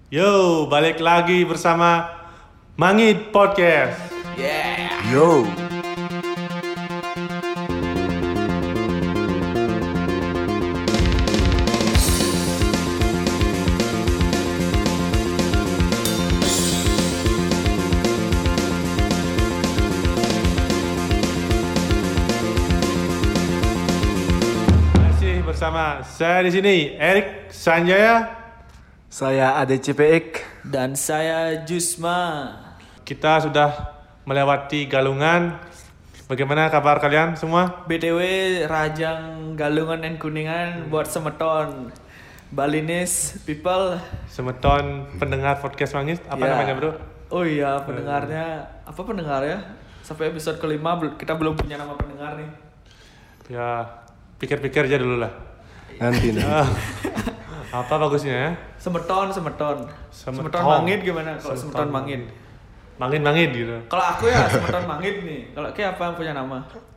Yo, balik lagi bersama Mangit Podcast. Yeah. Yo. Masih bersama saya di sini, Erik Sanjaya. Saya ADCPX. Dan saya Jusma. Kita sudah melewati Galungan. Bagaimana kabar kalian semua? BTW Rajang Galungan dan Kuningan buat semeton Balinese people. Semeton pendengar podcast Mangit, apa Ya. namanya bro? Oh iya, pendengarnya. Apa pendengarnya? Sampai episode kelima kita belum punya nama pendengar nih. Ya, pikir-pikir aja dulu lah. Nanti. Apa bagusnya ya? Semeton Mangit gimana kalau Semeton Mangit? Mangit gitu. Kalau aku ya Semeton Mangit nih. Kalau kayak apa yang punya nama?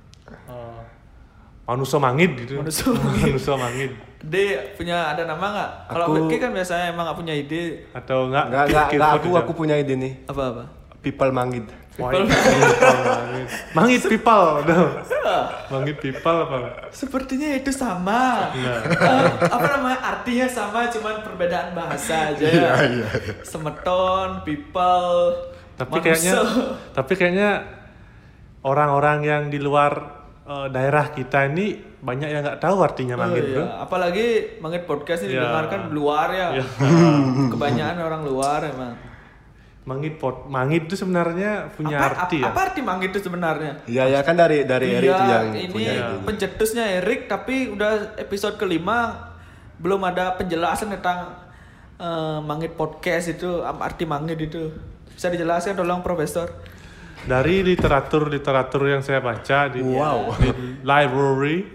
Manusia Mangit gitu. Manusia Mangit. Manusia Mangit. Dia punya ada nama nggak? Kalau Ki kan biasanya emang nggak punya ide. Atau enggak? Enggak, aku punya ide nih. Apa? People Manggit. People. Mangit people. Mangit people apa? Sepertinya itu sama. Apa namanya? Artinya sama, cuman perbedaan bahasa aja ya. Iya. Semeton, people, Tapi kayaknya orang-orang yang di luar daerah kita ini banyak yang nggak tahu artinya Mangit, bro. Apalagi Mangit Podcast ini didengarkan luar ya. Iya. Kebanyakan orang luar emang. Mangit itu sebenarnya punya arti ya. Apa arti Mangit itu sebenarnya? Iya kan dari Erik itu yang ini punya ide. pencetusnya Erik, tapi udah episode kelima belum ada penjelasan tentang Mangit Podcast itu, arti Mangit itu. Bisa dijelaskan tolong Profesor? Dari literatur yang saya baca di library.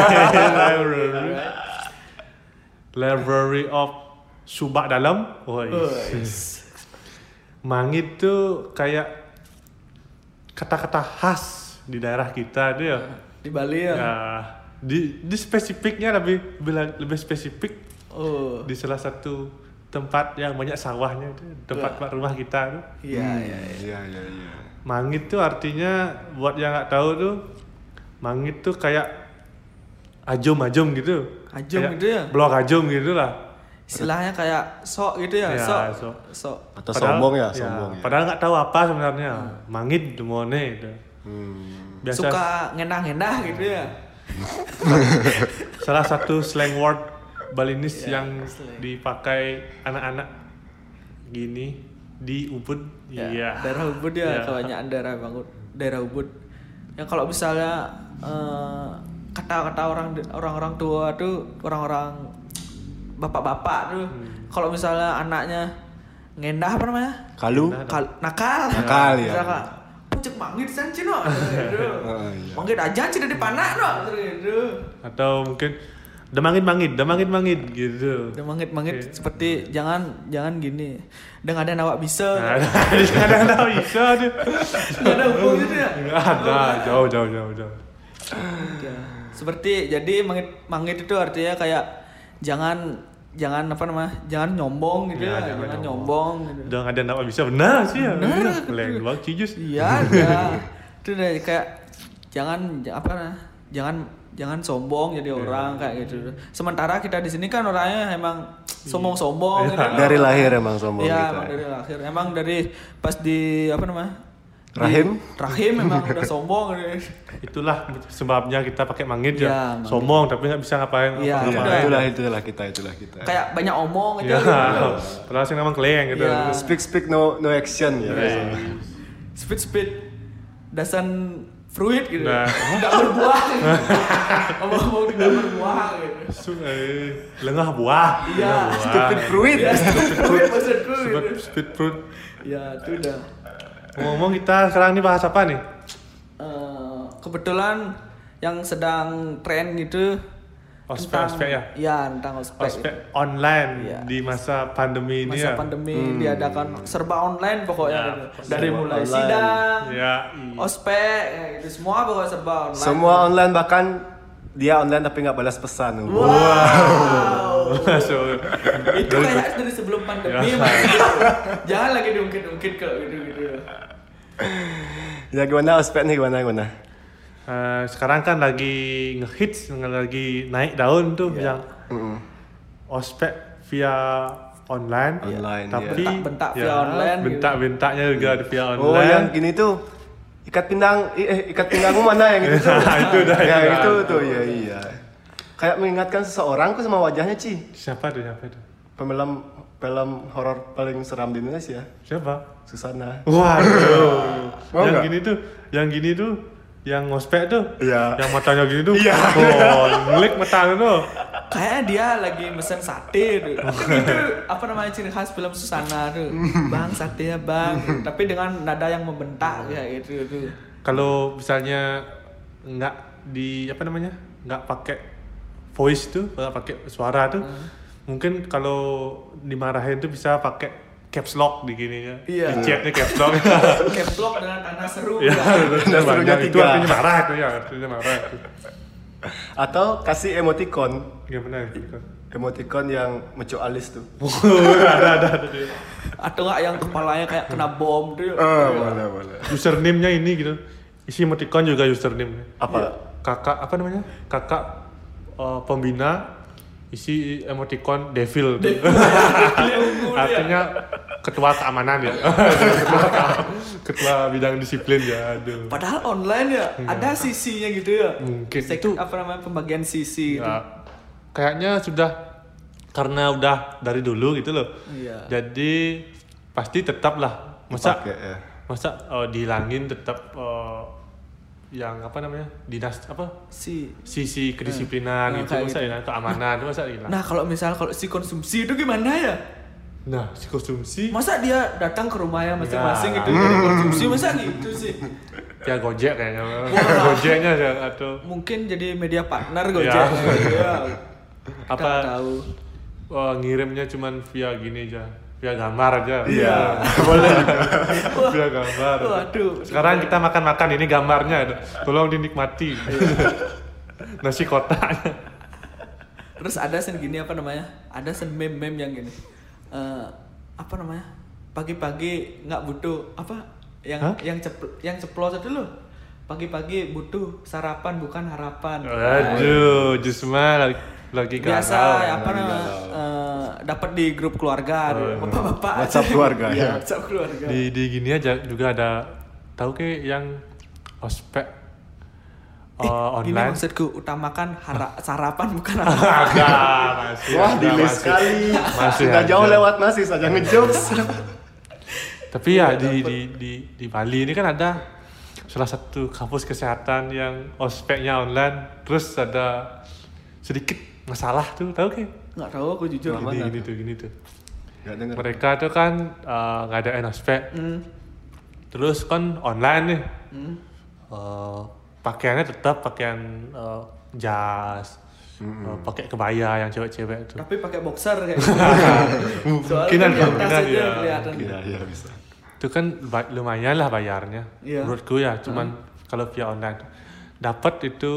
Library of Subak Dalam. Mangit tuh kayak kata-kata khas di daerah kita itu ya. Di Bali ya. Ya, di spesifiknya lebih spesifik. Di salah satu tempat yang banyak sawahnya itu, tempat rumah kita tuh. Iya. Mangit tuh artinya buat yang nggak tahu tuh, mangit tuh kayak ajum gitu. Ajum Kayak gitu ya? Blok ajum gitu lah. Istilahnya kayak sok gitu ya, sok. Atau sombong ya. Padahal nggak tahu apa sebenarnya. Mangit demone itu. Biasa Suka ngendah-ngendah gitu ya. salah satu slang word Balinese yang dipakai anak-anak gini di Ubud. Iya. Daerah Ubud ya, kebanyakan daerah Ubud. Ya kalau misalnya kata-kata orang-orang tua tuh, orang-orang bapak-bapak tuh, kalau misalnya anaknya ngendah apa namanya? Nakal ya. Misalkan, pucuk Mangit san cino. Mangit aja cina di panak no. Atau mungkin Mangit gitu. Mangit seperti jangan gini. Dengan ada nawak bisa. Ada anak bisa tuh. Enggak ada hubung gitu ya. Enggak ada, jauh. Seperti jadi Mangit itu artinya kayak jangan apa namanya? Jangan nyombong gitu ya. Jangan nyombong gitu. Jangan ada anak bisa, benar sih ya. Leng doang cijus. Iya, ada. Itu deh kayak jangan sombong jadi orang kayak gitu. Sementara kita di sini kan orangnya emang sombong-sombong gitu. Dari lahir emang sombong Iya, kita. emang dari lahir. Emang dari pas di apa namanya? Rahim Memang udah sombong gitu. Itulah sebabnya kita pakai Mangit ya. Mangit. Sombong tapi nggak bisa ngapain. Iya, Itulah kita. Kayak banyak omong gitu. Iya. Padahal sih namanya keleng gitu. Iya. Speak no action ya. Speed dasan fruit gitu. Nah. Enggak berbuah. Ngomong enggak berbuah gitu. Lengah buah. Iya. Stupid fruit. Ya, fruit maksudku gitu. Speed fruit. Ya, itu udah. Ngomong kita sekarang ini bahas apa nih? Kebetulan yang sedang tren gitu Ospek ya? Iya, tentang ospek online di masa pandemi ini masa ya. pandemi diadakan serba online pokoknya gitu. Dari mulai online. sidang, Ya, ospek, kayak gitu semua pokoknya serba online. Semua online, bahkan dia online tapi nggak balas pesan. Wow. So, Itu kayak dari sebelum pandemi mah gitu. Jangan lagi diungkit-ungkit kalau gitu-gitu. Ya gimana ospek nih gimana? Sekarang kan lagi ngehits, lagi naik daun tuh yang ospek via online, tapi Bentak-bentak via online gitu. bentak-bentaknya juga via online. Oh yang gini tuh ikat pinggangmu mana yang itu tuh? Itu dah, yang itu itu dah. tuh iya. Kayak mengingatkan seseorang kok sama wajahnya Ci. Siapa tuh? Film horor paling seram di Indonesia. Siapa? Susana. Waduh. Mau yang nggak? gini tuh, yang ngospek tuh. Iya. Yang matanya gini tuh. Iya. Oh, ngelik matanya tuh. Kayaknya dia lagi mesen sate tuh. Itu apa namanya ciri khas film Susana tuh. Bang, sate ya bang. Tapi dengan nada yang membentak kayak gitu tuh. Kalau misalnya nggak nggak pakai voice tuh, nggak pakai suara tuh, mungkin kalau dimarahin tuh bisa pakai caps lock di gininya. Iya. Di chatnya caps lock. Caps lock dengan tanda seru Ya, ya. serunya itu 3. artinya marah tuh ya, artinya marah. Atau kasih emoticon. Gimana gitu? Emoticon yang mecu alis tuh. ada. Atau enggak yang kepalanya kayak kena bom tuh. Boleh. Username-nya ini gitu. Isi emoticon juga username. Apa? Kakak apa namanya? Kakak pembina isi emoticon devil. Artinya ketua keamanan ya. ketua bidang disiplin ya. Aduh. Padahal online ya ada sisinya gitu ya. Mungkin itu apa namanya pembagian sisi gitu. ya, kayaknya sudah karena udah dari dulu gitu loh. Iya. Jadi pasti tetap lah. Masa Pakai, ya. dihilangin tetap yang apa namanya sisi kedisiplinan gitu kayak masa gitu. ya keamanan itu masa hilang. Nah kalau si konsumsi itu gimana ya? Nah si konsumsi Masa dia datang ke rumahnya masing-masing Nah. gitu dari konsumsi masa gitu sih? ya Gojek kayaknya. Wah. Gojeknya ya, atau Mungkin jadi media partner Gojek. Ya. Ya. apa Tahu. ngirimnya cuman via gini aja, via gambar aja. Iya. Boleh. Via gambar. Waduh. Sekarang kita makan ini gambarnya, tolong dinikmati. Nasi kotaknya. Terus ada gini apa namanya? Ada meme yang gini. Apa namanya? Pagi-pagi nggak butuh apa? Yang ceplos itu loh. Pagi-pagi butuh sarapan bukan harapan. Aduh, Jusma lagi Biasa galau. apa namanya? Dapat di grup keluarga, bapak-bapak. WhatsApp keluarga, Iya, ya. WhatsApp keluarga. Di gini aja juga ada tahu ke yang ospek Gini online. maksudku utamakan sarapan bukan harapan. Agak masih. Wah, ada, delay masih. sekali. Masih Sudah ada. jauh lewat masih saja ngejokes. Tapi ya di Bali ini kan ada salah satu kampus kesehatan yang ospeknya online, terus ada sedikit masalah tuh, tahu ke? Nggak tahu aku jujur. Mana? Gini tuh. Gak denger. Mereka tuh kan ngadain ospek, terus kan online nih. Pakaiannya tetap pakaian jas, pakai kebaya yang cewek-cewek tuh. Tapi pakai boxer kayak gitu. Kemungkinan, Soalnya ya. kelihatan. Iya bisa. Itu kan lumayan lah bayarnya. Iya. Menurutku ya, cuman kalau via online dapat itu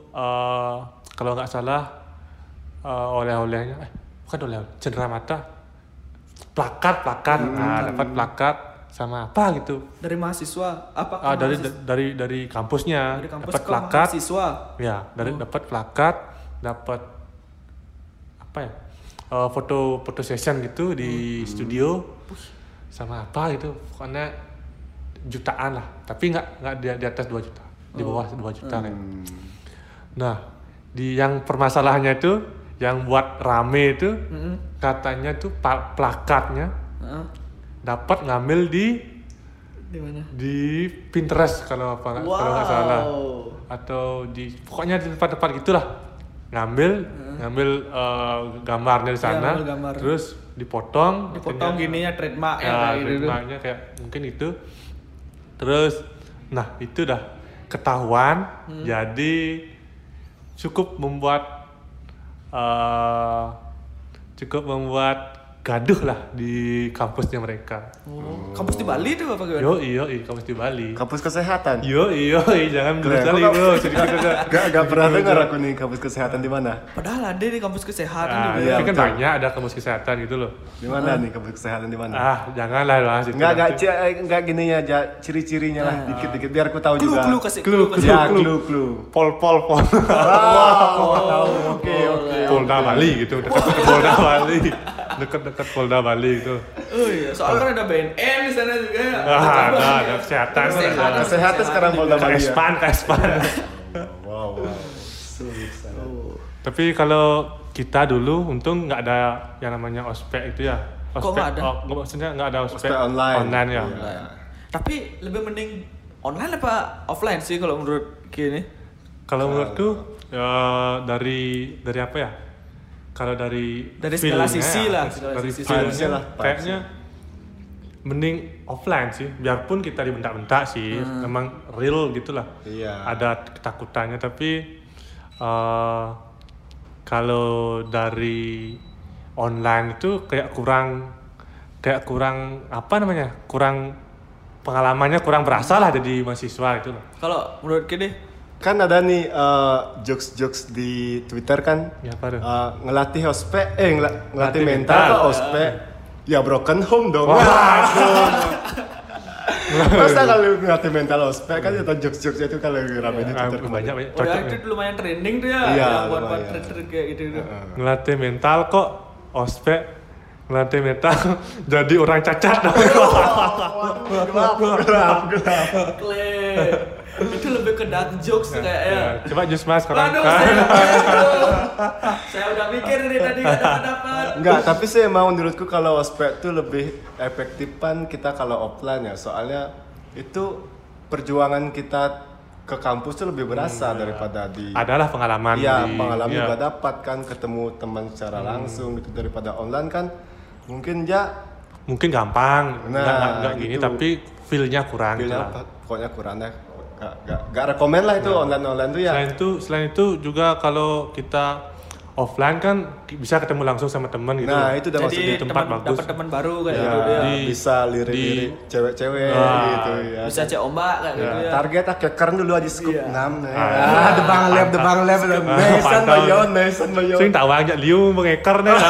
kalau nggak salah oleh-olehnya, bukan oleh-oleh, cenderamata, plakat. Nah, dapat plakat sama apa gitu. Dari mahasiswa apa? Dari kampusnya Dari kampus dapat ke plakat. mahasiswa. Ya, dapat plakat, dapat apa ya? Foto session gitu di studio sama apa gitu. Pokoknya jutaan lah, tapi nggak di atas 2 juta. Di bawah 2 juta kayak. Nah, yang permasalahannya itu yang buat rame itu katanya tuh plakatnya dapat ngambil Di mana? di Pinterest kalau nggak salah, atau pokoknya di tempat-tempat gitulah ngambil gambarnya di sana, ngambil gambar. terus dipotong Gininya trademark ya, kayak gitu. trademarknya kayak mungkin itu, terus nah itu dah ketahuan, jadi cukup membuat gaduh lah di kampusnya mereka. Kampus di Bali tuh apa gimana? Yoi, kampus di Bali. Kampus kesehatan. Yoi, jangan Keren. kali bro, sedikit aja. Gak pernah dengar aku nih kampus kesehatan di mana. Padahal ada di kampus kesehatan Nah, juga. iya, tapi kan betul. banyak ada kampus kesehatan gitu loh. Di mana nih kampus kesehatan di mana? Janganlah bahas itu. Enggak gini ya, ciri-cirinya lah dikit-dikit biar aku tahu juga. Clue kasih Clue, clue kasih. Ya, clue. clue. Pol. Oke. Polda Bali gitu, dekat Polda Bali. Dekat Polda Bali gitu. Oh iya, soalnya kan ada BNN di sana juga. Ada kesehatan. Kesehatan sekarang Polda Bali ya. Kespan. Wow. Sulit sana. Tapi kalau kita dulu untung nggak ada yang namanya ospek itu ya. Kok nggak ada? Maksudnya nggak ada ospek Ospek online. ya. Iya. Tapi lebih mending online apa offline sih kalau menurut gini? Kalau menurutku dari apa ya? Kalau dari segala feel-nya, sisi lah, segala dari sisi. feel-nya Vibes-nya lah, kayaknya mending offline sih, biarpun kita dibentak-bentak sih, memang real gitulah. Iya. Ada ketakutannya, tapi kalau dari online itu kayak kurang apa namanya, kurang pengalamannya kurang berasa lah jadi mahasiswa itu loh. Kalau menurut gini? Kan ada nih jokes-jokes di Twitter kan. Ya apa tuh? Ngelatih ospek, ngelatih Ngelatih mental mental. ke ospek. Ya broken home dong. Waduh. Masa kalau ngelatih mental ospek kan itu jokes-jokesnya itu kalau rame di Twitter banyak Oh ya, itu lumayan trending tuh ya. Iya, Yang buat lumayan. thread kayak gitu. Ngelatih mental kok ospek, ngelatih mental jadi orang cacat dong. Gelap. Itu lebih ke dark jokes kayaknya. Coba Jus Mas sekarang. Waduh, saya udah mikir dari tadi gak dapat. Enggak, tapi sih emang menurutku kalau ospek tuh lebih efektifan kita kalau offline ya. Soalnya itu perjuangan kita ke kampus tuh lebih berasa daripada di Adalah pengalaman. Iya, di- pengalaman iya. juga dapat kan ketemu teman secara langsung gitu daripada online kan mungkin ya Mungkin gampang, Nah, nggak gini, gitu. tapi feel-nya kurang. gitu feelnya lah. pokoknya kurang deh. Gak rekomen lah itu online tuh ya. Selain itu juga kalau kita offline kan bisa ketemu langsung sama teman gitu. Nah, itu udah Jadi maksudnya tempat bagus. dapat teman baru kayak ya, gitu ya. bisa lirik-lirik cewek-cewek Wah, gitu ya. Bisa cek ombak kayak gitu ya. Target kayak keren dulu aja scoop Iya. 6 Ah, the bang lab Mason Mayon. Sing tahu aja Liu mengekor deh.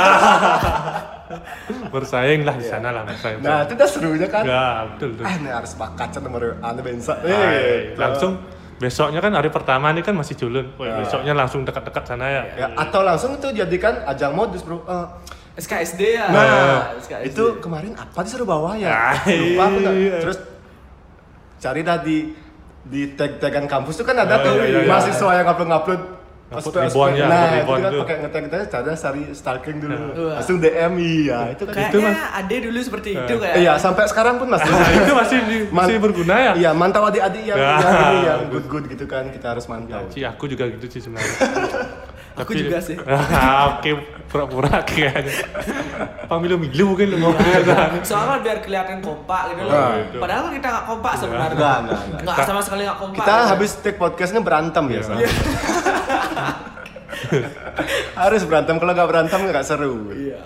Bersaing lah di sana lah bersaing. Nah, itu udah serunya kan. Ya, betul. Ini harus bakat nomor ane bensa. Langsung besoknya kan hari pertama nih kan masih culun. Besoknya langsung dekat-dekat sana ya. Ya, atau langsung itu jadikan ajang modus, Bro. SKSD ya. Nah, SKSD. itu kemarin apa disuruh bawa ya? Ah, Lupa aku nggak. iya. Terus cari dah di tag-tagan kampus tuh kan ada tuh iya. mahasiswa yang upload Upload ribbon ya, nah, ribbon itu kan tuh. pakai ngetag-ngetagnya cara cari stalking dulu. Wah. Langsung DM iya, itu kan. Kayaknya Ade dulu seperti itu kayak. Iya, sampai sekarang pun masih. Nah, itu masih berguna ya. Iya, mantau adik-adik yang Ya. ini yang good gitu kan kita harus mantau. Ci, aku juga gitu sih sebenarnya. Aku juga sih. Oke, pura-pura kayaknya. Pamilu-milu mungkin lu mau. Soalnya biar kelihatan kompak gitu Nah, loh. itu. Padahal kan kita gak kompak sebenarnya. Enggak. Nggak sama sekali gak kompak. Kita gitu. habis take podcastnya berantem biasa. Harus berantem, kalau nggak berantem nggak seru. Iya.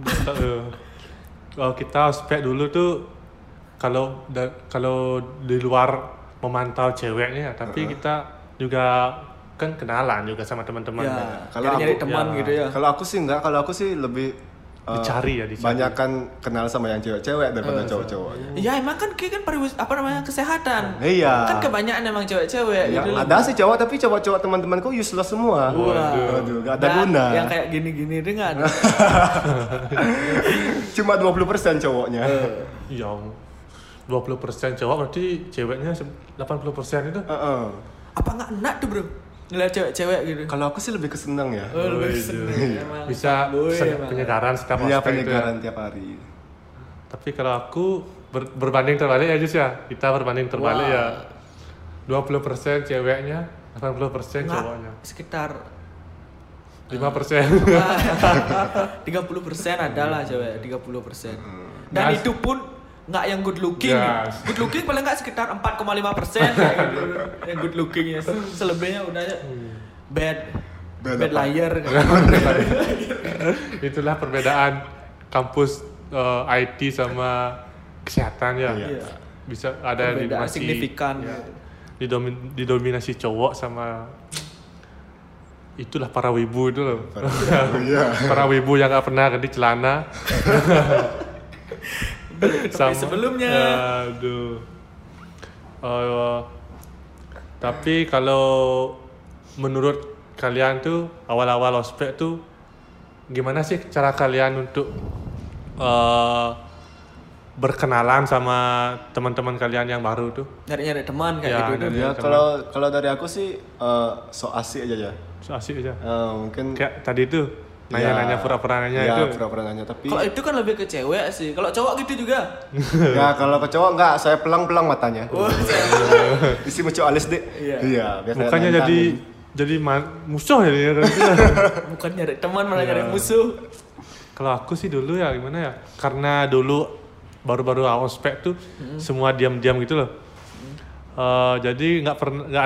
Kalau kita ospek dulu tuh kalau di luar memantau ceweknya, tapi kita juga kan kenalan juga sama teman-teman. Ya, Kalau nyari aku- teman ya. gitu ya. Kalau aku sih enggak, kalau aku sih lebih Dicari. Banyakan kenal sama yang cewek-cewek daripada cowok-cowok. Ya emang kan kayak kan kesehatan. Iya. Kan kebanyakan emang cewek-cewek Ya, gitu loh. ada sih cowok tapi cowok-cowok teman-temanku useless semua. Waduh, gak ada Dan guna. Yang kayak gini-gini itu nggak ada. Cuma 20% cowoknya. Iya. 20% cowok berarti ceweknya 80% itu. Apa nggak enak tuh bro? Ngeliat cewek-cewek gitu. Kalau aku sih lebih kesenang ya. Lebih seneng. Emang Bisa fuckboy emang. penyegaran setiap Iya, ospek itu ya. penyegaran tiap hari. Tapi kalau aku berbanding terbalik ya Jus ya. Kita berbanding terbalik Wah. ya. 20% ceweknya, 80% Nggak, cowoknya. sekitar 5%. 30% adalah cewek, 30%. Dan Nah, itu pun nggak yang good looking. Yes. Good looking paling nggak sekitar 4,5% kayak gitu. Yang good lookingnya. Selebihnya udah bad Bad apa? liar. Itulah perbedaan kampus IT sama kesehatan ya. Iya. Bisa ada Perbedaan didominasi signifikan. ya, didominasi cowok sama itulah para wibu itu loh. Para wibu yang gak pernah ganti celana. Tapi sebelumnya. Aduh. Tapi kalau menurut kalian tuh awal-awal ospek tuh gimana sih cara kalian untuk berkenalan sama teman-teman kalian yang baru tuh? Nyari-nyari teman kayak Ya, gitu. nyari- Ya teman. kalau dari aku sih so asik aja ya. So asik aja. Mungkin Kayak tadi tuh nanya-nanya pura-pura nanya ya, itu. pura-pura nanya tapi Kalau itu kan lebih ke cewek sih. Kalau cowok gitu juga. ya kalau ke cowok enggak, saya pelang-pelang matanya. Oh, Isi muncul alis deh. Iya. Biar Bukannya kayak jadi musuh jadi. bukan nyari teman malah nyari musuh. Kalau aku sih dulu ya gimana ya? Karena dulu baru-baru ospek tuh semua diam-diam gitu loh. Jadi nggak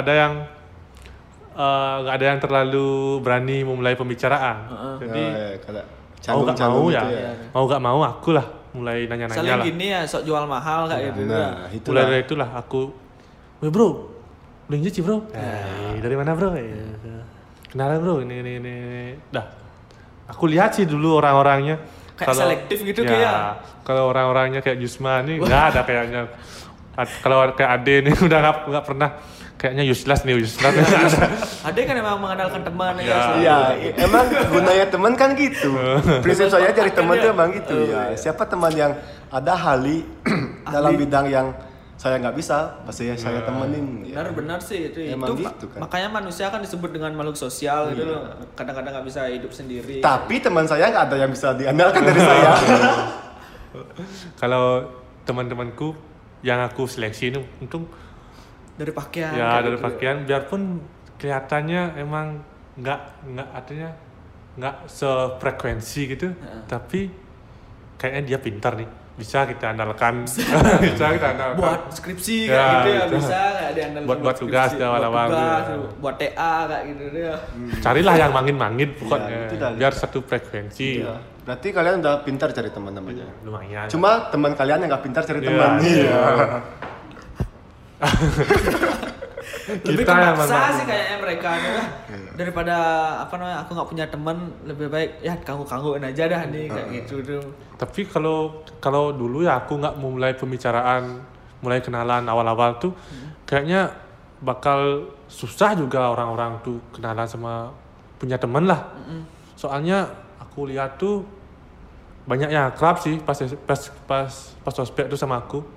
ada yang terlalu berani memulai pembicaraan. Jadi kalau mau nggak mau canggung-canggung ya, gitu mau nggak mau aku lah mulai nanya-nanya Saling lah. gini ya, sok jual mahal kayak gitu. Nah, Mulai itulah. dari itulah aku, weh bro, beli nyuci bro. Dari mana bro? Kenalan bro, ini. Dah, aku lihat sih dulu orang-orangnya. Kayak selektif gitu kayak. Kalau orang-orangnya kayak Yusma nih nggak ada kayaknya. Kalau kayak Ade nih udah nggak pernah. Kayaknya useless. Ada kan emang mengandalkan teman Ya. Iya, emang gunanya teman kan gitu. Prinsip saya cari teman tuh emang gitu ya. Siapa teman yang ada dalam bidang yang saya nggak bisa, pasti saya temenin. Ya. Benar sih itu. Emang Itu gitu kan. makanya manusia kan disebut dengan makhluk sosial gitu loh. Kadang-kadang nggak bisa hidup sendiri. Tapi teman saya nggak ada yang bisa diandalkan dari saya. Kalau teman-temanku yang aku seleksi ini untung Dari pakaian. ya kayak dari gitu. pakaian biarpun kelihatannya emang nggak artinya nggak sefrekuensi gitu, tapi kayaknya dia pintar nih, bisa kita andalkan. Bisa kita andalkan Buat skripsi Ya, kayak gitu ya gitu. bisa kayak diandalkan Buat tugas skripsi, di awal-awal buat tugas, gitu. buat TA kayak gitu ya. Carilah yang mangin-mangin pokoknya itu dah. biar satu frekuensi. Iya. Berarti kalian udah pintar cari teman namanya. Lumayan. Cuma teman kalian yang nggak pintar cari Iya, teman. iya. Lebih Kita yang kepaksa memang- sih kayaknya mereka nih lah. Daripada apa namanya aku nggak punya teman, lebih baik ya kanggu-kangguin aja dah nih kayak gitu tuh. Tapi kalau dulu ya aku nggak mulai pembicaraan, mulai kenalan awal-awal tuh kayaknya bakal susah juga orang-orang tuh kenalan sama punya temen lah. Soalnya aku lihat tuh banyak yang akrab sih pas ospek tuh sama aku.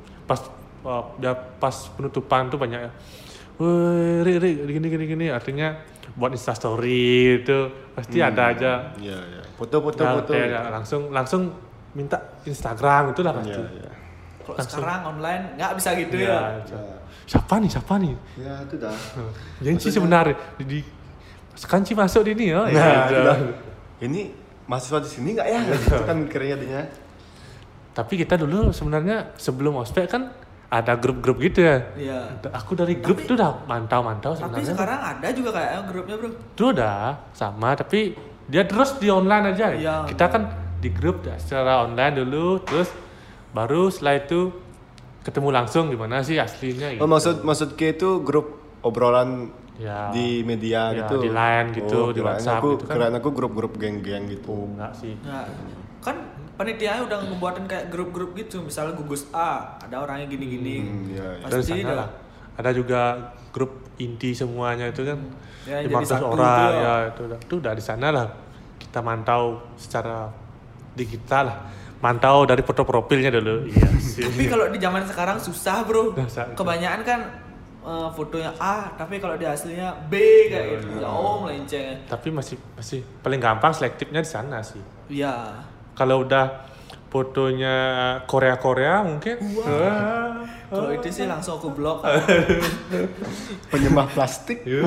Pas penutupan tuh banyak ya. Woi, Rik, gini. Artinya buat Instastory itu pasti ada aja. Iya, iya. Foto-foto. Ya, foto. kayak langsung minta Instagram itulah pasti. Iya, iya. Kalau Langsung. sekarang online nggak bisa gitu Ya, ya. Siapa nih? Ya, itu dah. Yang sih sebenarnya kan Ci masuk di ini ya. Nah, Ya, itu dah. Ini mahasiswa di sini nggak ya? Itu kan mikirnya dia. Tapi kita dulu sebenarnya sebelum ospek kan ada grup-grup gitu ya. Iya. Aku dari grup tuh udah mantau Tapi sebenarnya. sekarang ada juga kayaknya grupnya bro. Itu udah sama tapi dia terus di online aja. Iya. Kita kan di grup secara online dulu terus baru setelah itu ketemu langsung gimana sih aslinya gitu. Oh, maksud K itu grup obrolan Ya. di media Ya, gitu. di line gitu, di kirain WhatsApp aku, gitu kan. kirain aku grup-grup geng-geng gitu. Oh, enggak sih. Nah, kan panitianya udah membuatin kayak grup-grup gitu. Misalnya gugus A, ada orangnya gini-gini. Iya, iya. Dari Pasti sana dah. lah. Ada juga grup inti semuanya itu kan Ya, jadi 15 satu orang itu ya itu udah di sana lah. Kita mantau secara digital lah. Mantau dari foto profilnya dulu. Iya sih. Tapi kalau di zaman sekarang susah bro. Susah. Kebanyakan kan fotonya A, tapi kalau di aslinya B kayak gitu. Jauh melenceng. Tapi masih paling gampang selektifnya di sana sih. Iya. Kalau udah fotonya Korea mungkin. Wah. Kalau itu sih langsung aku blok. Penyembah plastik. Iya.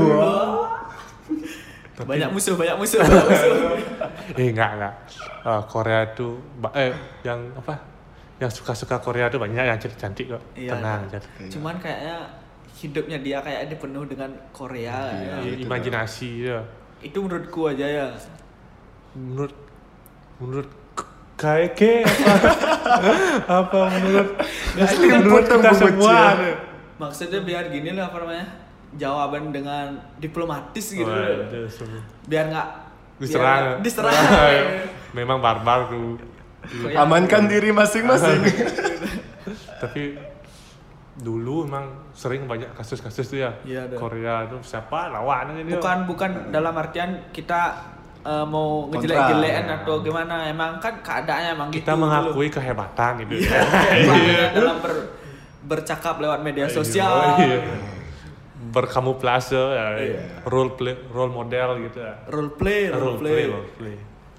Banyak musuh. Enggak. Korea tuh yang apa? Yang suka-suka Korea tuh banyak yang cantik kok. Iya. Tenang aja. Cuman kayaknya hidupnya dia kayak penuh dengan Korea. Iya. Ya. Imajinasi ya. Itu menurutku aja ya. Menurut kayak apa menurut menurut kita Bung semua Bocil. nih. Maksudnya biar gini lah apa namanya? Jawaban dengan diplomatis gitu. Wah, itu semua. Biar nggak Diserang. diserang. Memang barbar tuh. Amankan diri masing-masing. Tapi dulu emang sering banyak kasus-kasus tuh ya. Iya, ada. Korea tuh siapa lawannya ini? Bukan dalam artian kita mau Kontra. ngejelek-jelekan atau gimana. Emang kan keadaannya emang Kita gitu. mengakui kehebatan gitu. Iya, kehebatan dalam bercakap lewat media sosial. Iya. Berkamuflase ya. Role model gitu ya. Role play. Role play.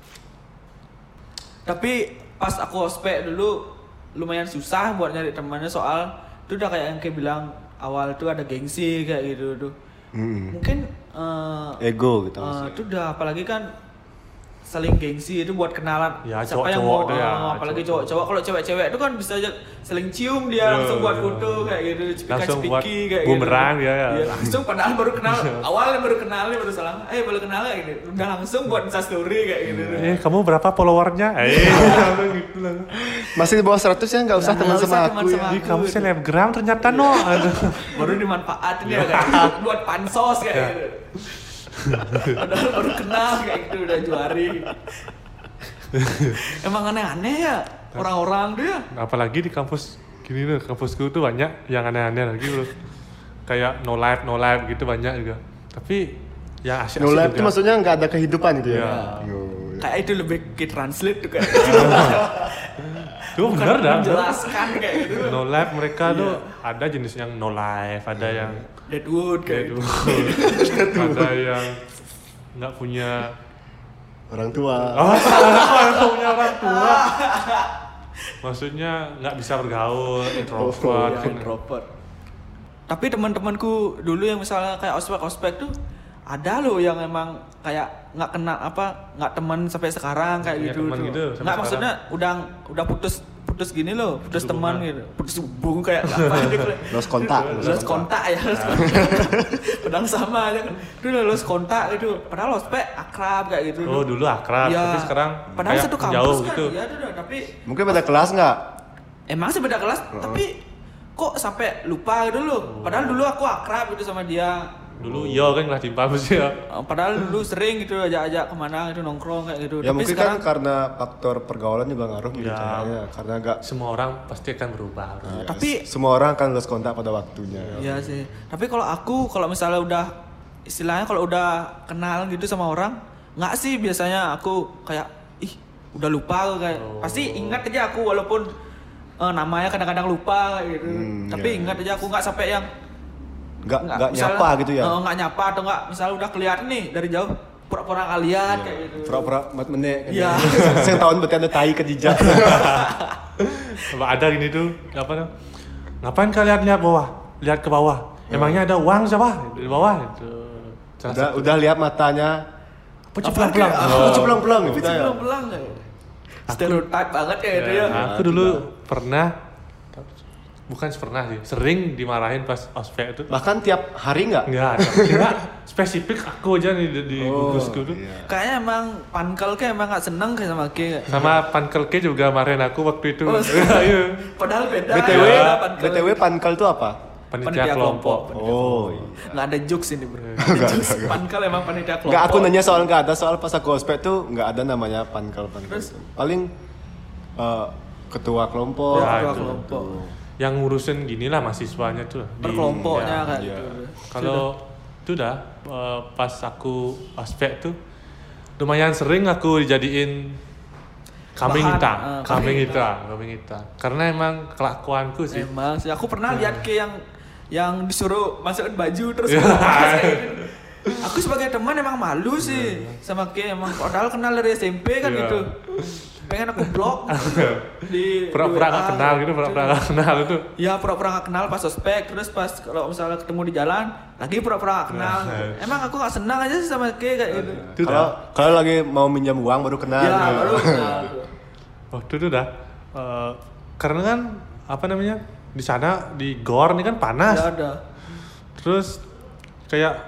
Tapi pas aku ospek dulu lumayan susah buat nyari temannya soal itu udah kayak yang kayak bilang awal tuh ada gengsi kayak gitu tuh. Mungkin Ego gitu. itu udah apalagi kan saling gengsi itu buat kenalan Ya, siapa yang cowok-cowok mau tuh ya, apalagi cowok-cowok. cowok-cowok. Kalau cewek-cewek itu kan bisa aja saling cium dia langsung buat foto kayak gitu Langsung buat cepika-cepiki kayak bumerang gitu. ya, ya. Iya, langsung padahal baru kenal awalnya baru kenal baru salam baru kenal kayak gitu udah langsung buat Insta story kayak gitu. Kamu berapa followernya? Gitu lah. Masih di bawah 100 ya nggak usah Nah, teman nggak sama usah aku teman ya. sama Ih, kamu selebgram ternyata no. Aduh. Baru dimanfaatin ya kayak gitu, buat pansos kayak gitu. Padahal baru kenal kayak gitu udah juari. Emang aneh-aneh ya orang-orang tuh ya. Apalagi di kampus gini loh, kampusku tuh banyak yang aneh-aneh lagi loh. Kayak no life gitu banyak juga. Tapi yang asyik-asyik No life juga. itu maksudnya nggak ada kehidupan gitu ya. Iya. Oh, Kayak itu lebih ke translate tuh kayak. Tuh bener dah. Menjelaskan kayak gitu. No life mereka tuh ada jenis yang no life, ada yang Deadwood kayak gitu. ada yang nggak punya orang tua. nggak punya orang tua. Maksudnya nggak bisa bergaul, introvert. Ya, introvert. Tapi teman-temanku dulu yang misalnya kayak ospek tuh ada loh yang emang kayak nggak kenal nggak teman sampai sekarang kayak Punya gitu. teman tuh. gitu sampai Nggak maksudnya udah putus gini loh, putus teman gitu, putus hubung kayak apa gitu. Lost kontak. Lost kontak ya, lost kontak. Padahal sama aja kan. Dulu lost kontak gitu. Padahal ospek akrab kayak gitu. Oh dulu akrab, Iya. tapi sekarang padahal kayak satu kampus jauh kan. gitu. Iya, tapi Mungkin beda kelas nggak? emang sih beda kelas, tapi kok sampai lupa gitu loh. Padahal dulu aku akrab gitu sama dia. Dulu yo kan kelas timpa sih ya. Padahal dulu sering gitu ajak-ajak kemana gitu nongkrong kayak gitu. Ya Tapi mungkin sekarang kan karena faktor pergaulan juga ngaruh gitu Ya. kayaknya. Karena nggak Semua orang pasti akan berubah. tapi semua orang akan lost kontak pada waktunya. iya sih. Tapi kalau misalnya udah istilahnya kalau udah kenal gitu sama orang, nggak sih biasanya aku kayak udah lupa kayak pasti ingat aja aku walaupun namanya kadang-kadang lupa kayak gitu. Tapi iya. ingat aja aku nggak sampai yang Nggak misalnya, nyapa gitu ya. nggak nyapa atau nggak misalnya udah kelihatan nih dari jauh pura-pura nggak lihat kayak gitu. Pura-pura menek kan. Iya. Saya tahun berarti ada tai ke jejak. Coba ada gini tuh, apa tuh? Ngapain kalian lihat bawah? Lihat ke bawah. Emangnya ada uang siapa di bawah? Itu. Udah lihat matanya. Pucuk pelang-pelang. Pucuk pelang-pelang gitu ya. Belang-belang kayak. Stereotype banget kayak itu ya. Aku dulu bukan pernah sih, sering dimarahin pas ospek itu. Bahkan tiap hari nggak? Enggak spesifik aku aja nih di gugusku tuh. Iya. Kayaknya emang Pankel kayak emang gak seneng kayak sama Ki. Sama Pankel K juga marahin aku waktu itu. Oh, Iya. Padahal beda. BTW, ya, Pankel. BTW Pankal itu apa? Panitia kelompok. Oh, iya. Nggak ada jokes ini bro. Jokes Pankel emang panitia kelompok. Nggak, aku nanya soal nggak ada soal pas aku ospek tuh nggak ada namanya Pankal. Terus? Paling ketua kelompok. Ya, Ketua itu. kelompok. Yang ngurusin gini lah mahasiswanya tuh. Per kelompoknya kayak iya. gitu. Kalau itu dah pas aku ospek tuh lumayan sering aku dijadiin kambing Bahan, hitam, kambing kambing hitam. Karena emang kelakuanku sih. Emang sih aku pernah lihat Ki yang disuruh masukin baju terus Iya. lepas kayak gitu. Aku sebagai teman emang malu sih sama Ki emang padahal kenal dari SMP kan Iya. gitu. Pengen aku blok di Pura-pura WA, nggak kenal gitu, pura-pura nggak kenal itu. Ya pura-pura gak kenal pas ospek, terus pas kalau misalnya ketemu di jalan lagi pura-pura gak kenal. Emang aku gak senang aja sih sama Ki kayak gitu. Itu Kalau dah. kalau lagi mau minjam uang baru kenal. Ya baru kenal. Waktu itu dah. Karena kan apa namanya di sana di gor ini kan panas. Ya ada. Terus kayak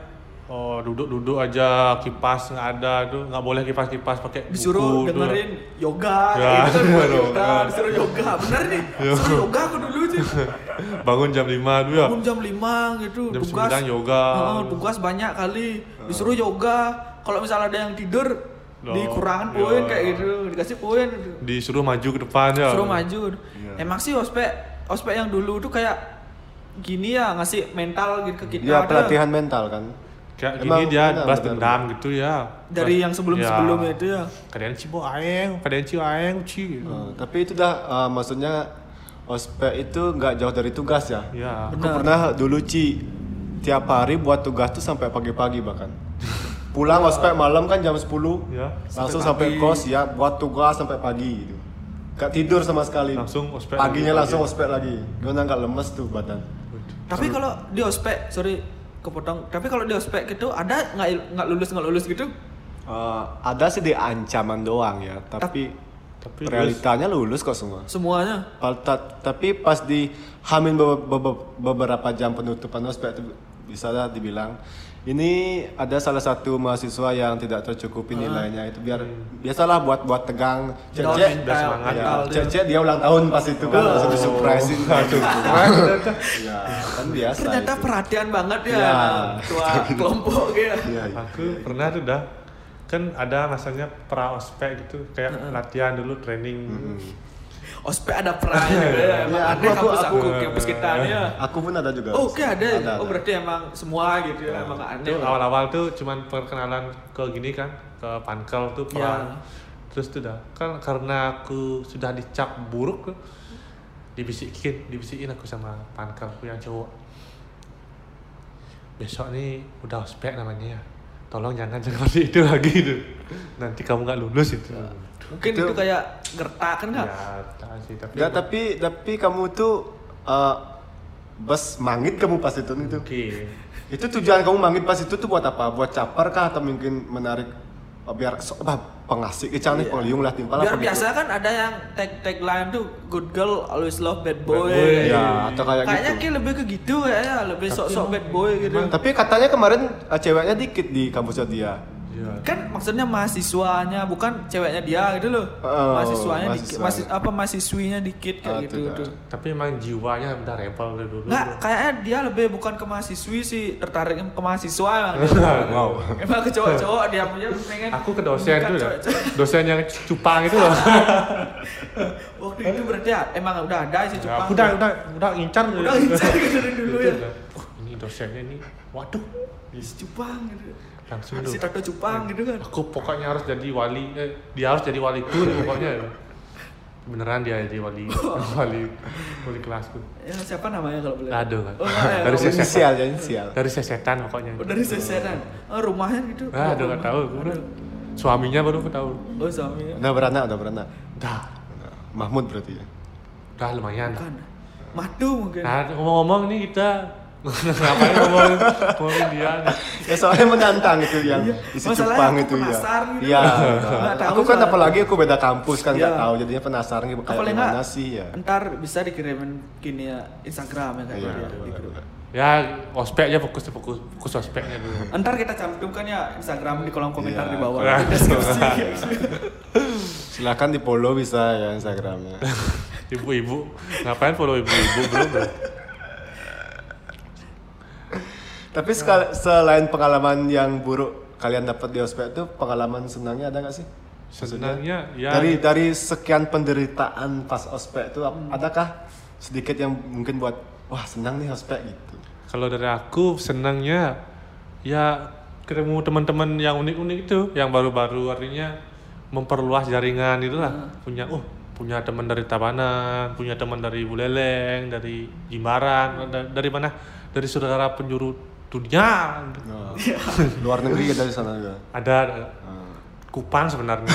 duduk aja, kipas nggak ada tuh, nggak boleh kipas pakai disuruh buku dengerin yoga, Ya. itu kan buat yoga, disuruh yoga, bener nih, disuruh yoga aku dulu tuh, bangun jam 5 tuh ya. bangun jam 5 gitu, Jam tugas, 9 yoga. tugas banyak kali, disuruh yoga, kalau misalnya ada yang tidur, dikurangan Ya. poin kayak gitu, dikasih poin, Disuruh maju ke depan ya. disuruh maju, emang sih ospek yang dulu tuh kayak gini ya, ngasih mental gitu ke kita, Dia ada. pelatihan mental kan. Kayak Emang gini dia benar, balas benar. dendam gitu ya. Dari yang sebelumnya itu ya. Kadang cibo aeng, kadang cibo aeng uci. Tapi itu dah maksudnya ospek itu nggak jauh dari tugas ya. Ya. Aku Benar. pernah dulu tiap hari buat tugas tuh sampai pagi-pagi bahkan. Pulang ospek malam kan jam 10, Ya. langsung Sampai sampai pagi. kos ya buat tugas sampai pagi gitu. Gak tidur sama sekali. Langsung ospek Paginya lagi. langsung ospek lagi. Gimana nggak lemes tuh badan. Tapi kalau di ospek, sorry kepotong. Tapi kalau di ospek gitu ada nggak lulus gitu? Ada sih di ancaman doang ya, tapi Tapi realitanya lulus kok semua. Semuanya. Tapi pas di Hamin beberapa jam penutupan ospek itu bisa lah dibilang ini ada salah satu mahasiswa yang tidak tercukupi nilainya itu biasalah buat tegang Down cek mental, semangat. mental dia. cek dia ulang tahun pas itu kan langsung disurprisein ya kan biasa Ternyata itu. perhatian banget ya, Ya. ketua kelompok gitu. Iya, iya. Aku pernah tuh dah. Kan ada masanya pra ospek gitu, kayak latihan dulu, training. Ospek ada perahnya juga ya. Emang Ya, ada aku- kampus kita nih ya. Aku pun ada juga. Oh, oke ada. Ada. Oh berarti emang semua gitu ya. Emang aneh. Itu awal-awal tuh cuman perkenalan ke gini kan, ke pankel tuh pra. Ya. Terus tuh dah, kan karena aku sudah dicap buruk tuh, dibisikin aku sama pankelku yang cowok. Besok nih udah ospek namanya ya. Tolong jangan seperti itu lagi tuh. Nanti kamu nggak lulus itu. Mungkin itu kayak gertak kan nggak? Ya, tak sih, tapi Nggak, tapi kamu tuh bes mangit kamu pas itu nih tuh. oke. Itu tujuan kamu mangit pas itu tuh buat apa? Buat caper kah atau mungkin menarik biar pengasih kecang nih pengliung lah timpal Biar apa gitu? biasa kan ada yang tagline tuh good girl always love bad boy. Bad boy. Ya, atau kayak Kayaknya gitu. kayak lebih ke gitu kayaknya, lebih sok-sok bad boy gitu. Tapi katanya kemarin ceweknya dikit di kampusnya dia. Iya. Kan maksudnya mahasiswanya bukan ceweknya dia gitu loh. Oh, Mahasiswanya dikit, mahasiswanya. mahasiswinya dikit kayak Ah, gitu tidak. tuh. Tapi emang jiwanya udah rebel dari dulu. Nggak, kayaknya dia lebih bukan ke mahasiswi sih, tertarik ke mahasiswa emang. Wow. Emang ke cowok-cowok dia punya pengen. Aku ke dosen bukan tuh ya. cowok-cowok. Dosen yang cupang itu loh. Waktu itu berarti ya, emang udah ada sih Ya, Jepang. aku udah ngincar Udah ngincar gitu dari dulu ya. Ini dosennya ini, waduh, Si Jepang gitu. langsung Si tuh. Tato Jepang gitu kan. Aku pokoknya harus jadi wali, dia harus jadi waliku nih pokoknya. Beneran dia jadi wali, wali kelasku. Ya siapa namanya kalau boleh? Aduh, kan. Oh, nggak ya, Dari nggak boleh. Inisial ya inisial. Dari sesetan pokoknya. Oh, dari seseran. Oh, rumahnya gitu. Aduh, nggak tahu. Aduh. Suaminya baru aku tahu. Oh, suaminya. Udah beranak. Dah, Mahmud berarti ya. udah lumayan. Bukan. Madu mungkin. Nah, ngomong-ngomong nih kita ngapain ngomongin dia nih. Ya soalnya menantang itu yang isi Masalahnya cupang aku itu ya. penasaran gitu. Iya. Nggak tahu Aku kan soalnya. apalagi aku beda kampus kan nggak Iya. tahu jadinya penasaran kayak Paling gimana nggak, sih ya. Ntar bisa dikirimin gini ya Instagram ya kan Iya. dia di grup. Ya, ospek aja fokus ospeknya dulu. Ntar kita cantumkan ya Instagram di kolom komentar Iya. di bawah. Nah. Di deskripsi. Silakan di follow bisa ya Instagramnya. Ibu-ibu, ngapain follow ibu-ibu belum? Tapi selain pengalaman yang buruk kalian dapat di ospek itu pengalaman senangnya ada nggak sih? Sebenarnya ya Dari sekian penderitaan pas ospek itu adakah sedikit yang mungkin buat wah senang nih ospek gitu? kalau dari aku senangnya ya ketemu teman-teman yang unik-unik itu, yang baru-baru, artinya memperluas jaringan itulah. Punya teman dari Tabanan, punya teman dari Buleleng, dari Jimbaran, dari mana? Dari saudara penjuru dunia. Oh. Luar negeri ada di sana juga. Ada Kupang sebenarnya.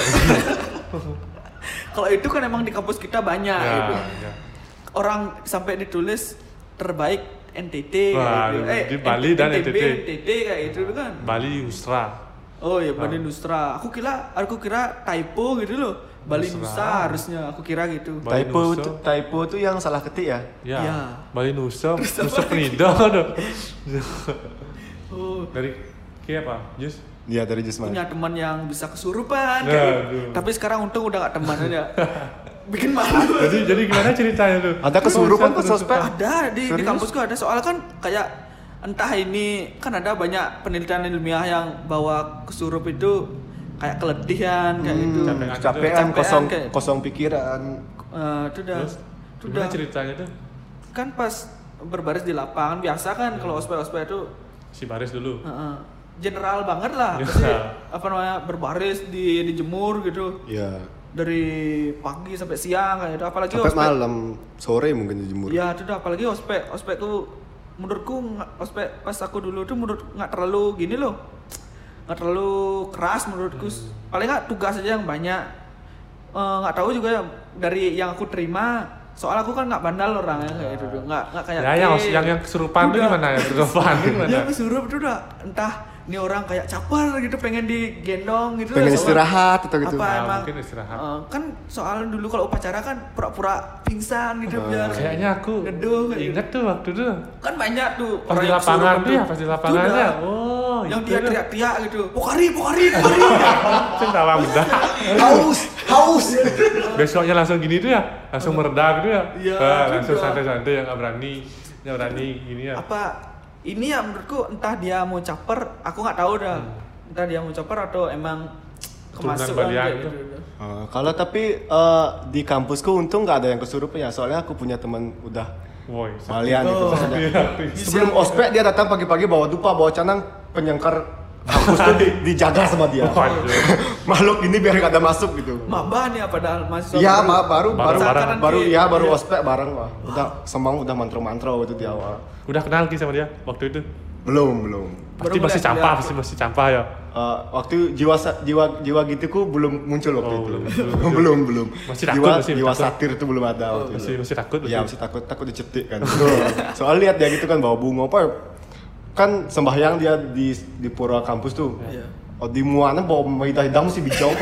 Kalau itu kan emang di kampus kita banyak gitu. ya. Orang sampai ditulis terbaik NTT Wah, gitu. di Bali dan NTB, NTT. NTT kayak gitu kan. Bali Ustra. Oh ya Bali Nusra. Aku kira typo gitu loh. Bali Nusra. Nusa harusnya aku kira gitu. Bali Nusa. Typo itu yang salah ketik ya? Ya. Ya. Bali Nusa, Nusa Penida ada. Oh, Dari Kayak apa? Jus? Iya dari Jusman. Punya teman yang bisa kesurupan Nah, kayak gitu. aduh. Tapi sekarang untung udah gak teman aja. Bikin malu. Jadi gimana ceritanya tuh? Ada kesurupan pas ospek? Ada di Serius? kampusku ada, soalnya kan kayak entah ini kan ada banyak penelitian ilmiah yang bahwa kesurup itu kayak keletihan kayak gitu. Capean. Capean, kosong kayak- kosong pikiran. Itu udah. Terus Itu gimana udah. ceritanya tuh? Kan pas berbaris di lapangan biasa kan kalau ospek-ospek itu Si baris dulu. general banget lah. Iya. Pasti, apa namanya berbaris dijemur gitu Iya. dari pagi sampai siang kayak gitu. Apalagi Sampai ospek. malam, sore mungkin dijemur. Ya itu dah, apalagi ospek tuh menurutku ospek pas aku dulu tuh menurut nggak terlalu gini loh, nggak terlalu keras menurutku. Paling nggak tugas aja yang banyak. Nggak tahu juga ya, dari yang aku terima, soal aku kan nggak bandal orangnya kayak gitu tuh, nggak kayak Ya yang kesurupan tuh Udah. gimana ya? Kesurupan tuh gimana? yang kesurup tuh udah entah ini orang kayak caper gitu pengen digendong gitu Pengen lah, soalnya. istirahat atau gitu. Apa Nah, emang mungkin istirahat. kan soal dulu kalau upacara kan pura-pura pingsan gitu biar Kayaknya aku Neduh, kayak inget tuh waktu itu kan banyak tuh pas orang di yang lapangan kesurupan tuh ya, pas di lapangan Sudah. ya. Oh, yang itu dia tuh. teriak-teriak gitu pokari Cek tawa muda. Haus. Besoknya langsung gini tuh ya, langsung meredah gitu ya. Iya, Langsung juga. santai-santai yang nggak berani gini ya. apa ini ya menurutku entah dia mau caper aku nggak tahu dah entah dia mau caper atau emang Keturunan kemasukan Balian kayak gitu. gitu. Kalau tapi di kampusku untung nggak ada yang kesurupan ya. Soalnya aku punya teman udah Woi, Balian gitu. Oh. Maksudnya. Iya. Sebelum ospek dia datang pagi-pagi bawa dupa, bawa canang, penyengkar kampus tuh dijaga sama dia. Waduh. Makhluk ini biar nggak ada masuk gitu. maba nih ya padahal mahasiswa Iya, baru. Bareng-bareng. baru ospek bareng lah. Udah semang udah mantro-mantro itu di awal. Udah kenal Ki sama dia waktu itu? Belum. Pasti Baru masih mulai campah, kuliah. masih campah ya. Waktu jiwa gituku belum muncul waktu Oh, itu. belum. belum. Masih takut, masih jiwa takut. satir itu belum ada waktu itu. Masih takut. Iya, masih takut dicetik kan. Soal lihat dia gitu kan bawa bunga apa ya? Kan sembahyang dia di pura kampus tuh. Iya. Oh, di muana bawa maidah hidang mesti bijau.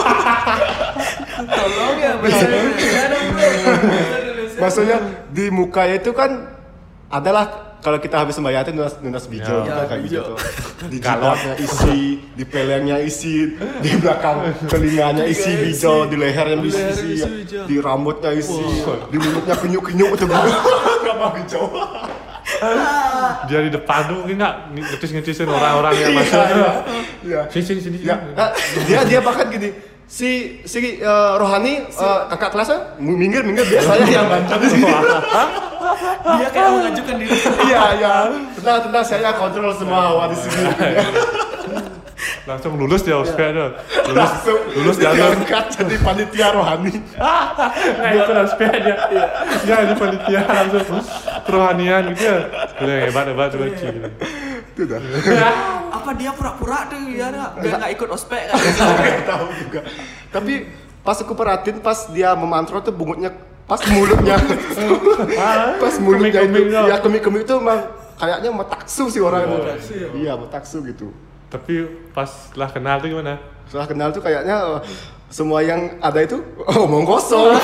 tolong ya bahasa Indonesia dong bro. Bahasa Indonesia. Maksudnya di mukanya itu kan adalah kalau kita habis sembahyang itu nunas bijau Ya, kan kayak bijau. gitu. Di jidatnya isi, di pelengnya isi, di belakang telinganya isi bijau, di lehernya Di leher isi, isi bijau. di rambutnya isi, di mulutnya kenyuk-kenyuk itu apa bijau. Dia di depan tuh mungkin nggak ngetis-ngetisin orang-orang yang masuk. Iya. Sini. Ya, dia bahkan gini. Si Rohani kakak kelasnya minggir biasanya yang bantu di sini. dia kayak mengajukan diri Iya. Tenang saya kontrol semua hawa di sini. Langsung lulus dia ospek tuh. Lulus jalur. diangkat jadi panitia Rohani. Nah itu ospek dia. Ya di panitia langsung kerohanian gitu ya. Udah hebat tuh lucu gitu. Itu dah. apa dia pura-pura tuh ya biar nggak ikut ospek kan Nggak tahu juga. Tapi pas aku perhatiin pas dia memantro tuh bungutnya pas mulutnya. Pas mulutnya itu Kemik-kemik tuh. ya kemik-kemik itu emang kayaknya metaksu sih orang itu. Metaksu ya? Iya, metaksu gitu. Tapi pas setelah kenal tuh gimana? Setelah kenal tuh kayaknya semua yang ada itu omong kosong.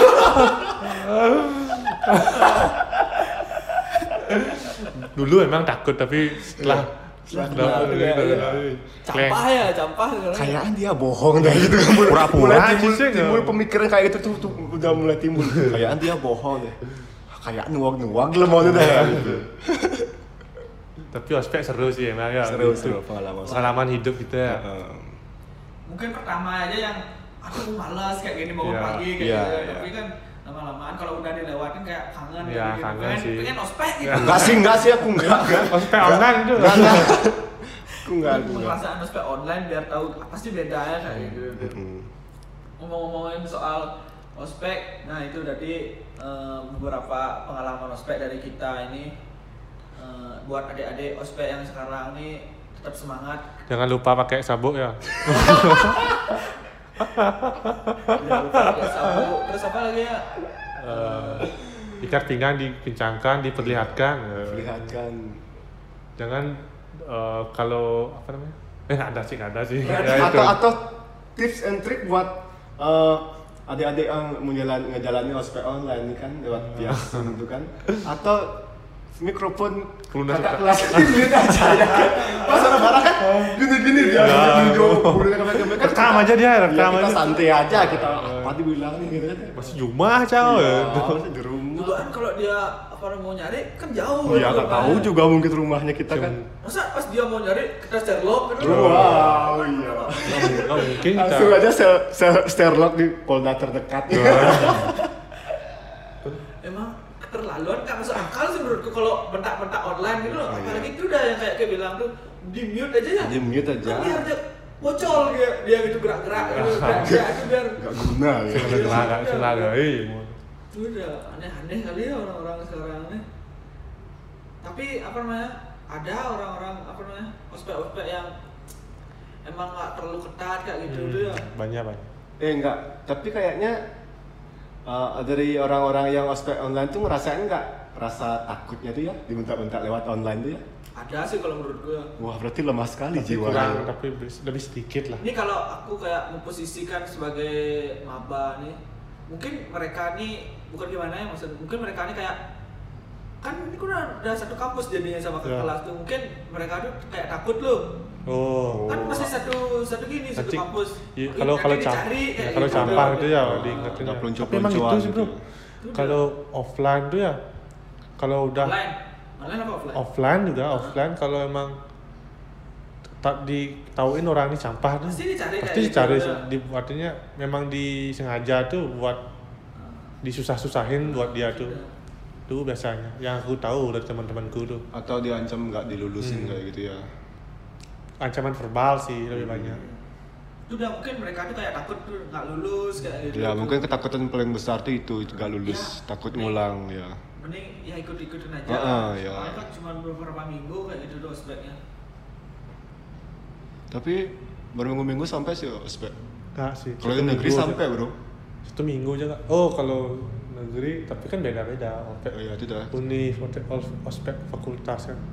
Dulu emang takut tapi setelah kenal juga, iya. campah ya Kayaknya dia bohong dah gitu. Pura-pura Mulai sih, timbul nggak? pemikiran kayak gitu tuh udah mulai timbul. Kayaknya dia bohong deh. Kayak nuang lah mau dah. Gitu. Tapi ospek seru sih emang ya. Seru Itu pengalaman. pengalaman hidup kita ya. mungkin pertama aja yang aku malas kayak gini bangun Iya. pagi kayak Iya, gitu iya. tapi kan lama-lamaan kalau udah dilewatin kayak kangen Iya, gitu. kangen sih. pengen ospek gitu Enggak sih aku enggak. Ospek online itu. Aku enggak. perasaan ospek online biar tahu apa sih bedanya kayak gitu ngomong-ngomongin soal ospek nah itu tadi beberapa pengalaman ospek dari kita ini buat adik-adik ospek yang sekarang ini tetap semangat. Jangan lupa pakai sabuk ya. Jangan lupa pakai sabuk. Terus apa lagi ya? Ikat pinggang dikencangkan, diperlihatkan. Lihatkan. Jangan kalau apa namanya? Nggak ada sih. Ya, itu. Atau tips and trick buat adik-adik yang ngejalani ospek online ini kan lewat via Zoom itu kan. Atau mikrofon Lunas kakak kakak. kelas ini aja ya. Pas orang marah kan gini dia nunjuk kan Rekam aja dia, rekam kita aja. santai aja kita apa dibilang nih gitu kan. Masih Jumah cow. Masih di rumah. Juga kan kalau dia mau nyari kan jauh. Iya nggak tahu juga mungkin rumahnya kita kan. Masa pas dia mau nyari kita Sherlock gitu. Wow iya. Nggak mungkin kita. Langsung aja Sherlock di Polda terdekat. Emang keterlaluan kan masuk akal sih menurutku kalau bentak-bentak online gitu loh. Apalagi itu udah yang kayak bilang tuh di mute aja ya. Di mute aja. Kan biar dia bocol dia gitu gerak-gerak gitu. Gerak-gerak itu biar Gak guna ya. Selaga. itu udah aneh-aneh kali ya orang-orang sekarang nih. Tapi apa namanya? Ada orang-orang apa namanya? Ospek-ospek yang emang nggak terlalu ketat kayak gitu tuh ya. Banyak. Enggak, tapi kayaknya dari orang-orang yang ospek online tuh ngerasain nggak rasa takutnya tuh ya dibentak-bentak lewat online tuh ya? Ada sih kalau menurut gue. Wah berarti lemah sekali Tapi jiwanya. kurang, tapi lebih sedikit lah. Ini kalau aku kayak memposisikan sebagai maba nih, mungkin mereka nih bukan gimana ya maksud, mungkin mereka nih kayak kan ini udah satu kampus jadinya sama ke Ya. kelas tuh, mungkin mereka tuh kayak takut loh. Oh. Kan masih satu gini satu Nanti- kampus. Iya, Nanti kalau dicari kayak kalau gitu. campur itu ya Oh, diingetin. nggak ya. peluncuan-peluncuan Tapi emang gitu sih bro. gitu. Kalau offline tuh ya, kalau udah Online apa offline? offline juga offline kalau emang tak ditauin orang ini sampah tuh. Pasti dicari kayak Pasti gitu, dicari. ya. Artinya memang disengaja tuh buat disusah-susahin buat dia tuh. Tuh biasanya. Yang aku tahu dari teman-temanku tuh. Atau diancam nggak dilulusin Hmm. kayak gitu ya? Ancaman verbal sih lebih banyak. Itu udah mungkin mereka tuh kayak takut tuh nggak lulus kayak gitu. Ya mungkin ketakutan paling besar tuh itu nggak lulus, Ya, takut mending- ngulang ya. Mending ya ikut-ikutin aja. Ya. Soalnya kan cuma beberapa minggu kayak gitu doang ospeknya. Tapi berminggu-minggu sampai sih ospek. Enggak sih. Kalau satu di negeri minggu sampai aja. bro. 1 minggu aja Kak. Oh kalau negeri tapi kan beda-beda. Ospek Oh iya itu dah. univ, ospek fakultas kan.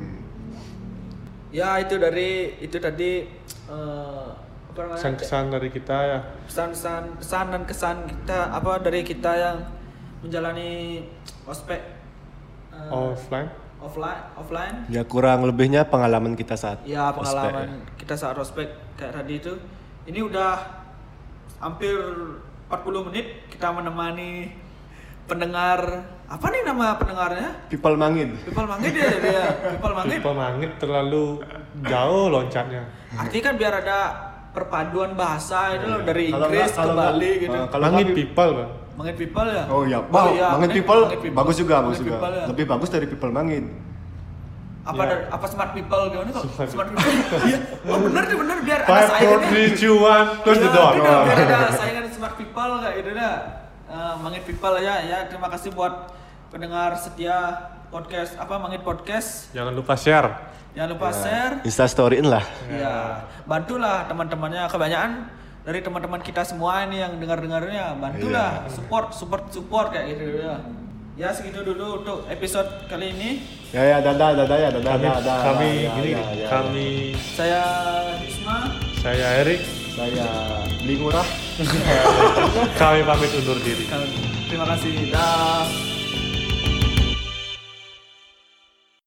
Ya itu tadi apa namanya? Kesan-kesan dari kita ya. Pesan dan kesan kita apa dari kita yang menjalani ospek Offline. offline. Ya kurang lebihnya pengalaman kita saat Ya ospek pengalaman kita saat ospek kayak tadi itu. Ini udah hampir 40 menit kita menemani pendengar. Apa nih nama pendengarnya? People Mangin. People Mangit ya dia. People Mangit. Pemangit terlalu jauh loncatnya. Artinya kan biar ada perpaduan bahasa itu loh dari Kalau Inggris nggak- ke kalau nggak- Bali gitu. kalau Mangit nggak- people Bang. Mangit People ya? Oh iya, wow, Mangin people, bagus juga, Mangit People ya. Lebih bagus dari People Mangin. Apa Ya. apa smart people gimana kok? Smart Smart people. Iya. Oh benar nih benar biar ada 5, 4, saingannya. 3, 2, 1, close the Ya, door. gitu, biar ada saingan smart people kayak gitu dah. Mangit People ya terima kasih buat pendengar setia podcast Mangit Podcast. Jangan lupa share. Jangan lupa share. Insta storyin lah. Ya, bantulah teman-temannya. Kebanyakan dari teman-teman kita semua ini yang dengar-dengarnya, bantulah support kayak gitu ya. Ya segitu dulu untuk episode kali ini. Ya dadah ya dadah. Kami ya, gini, ya, ya. kami Saya Isma. saya Erik. Saya beli murah. Kami pamit undur diri. Terima kasih. Dah.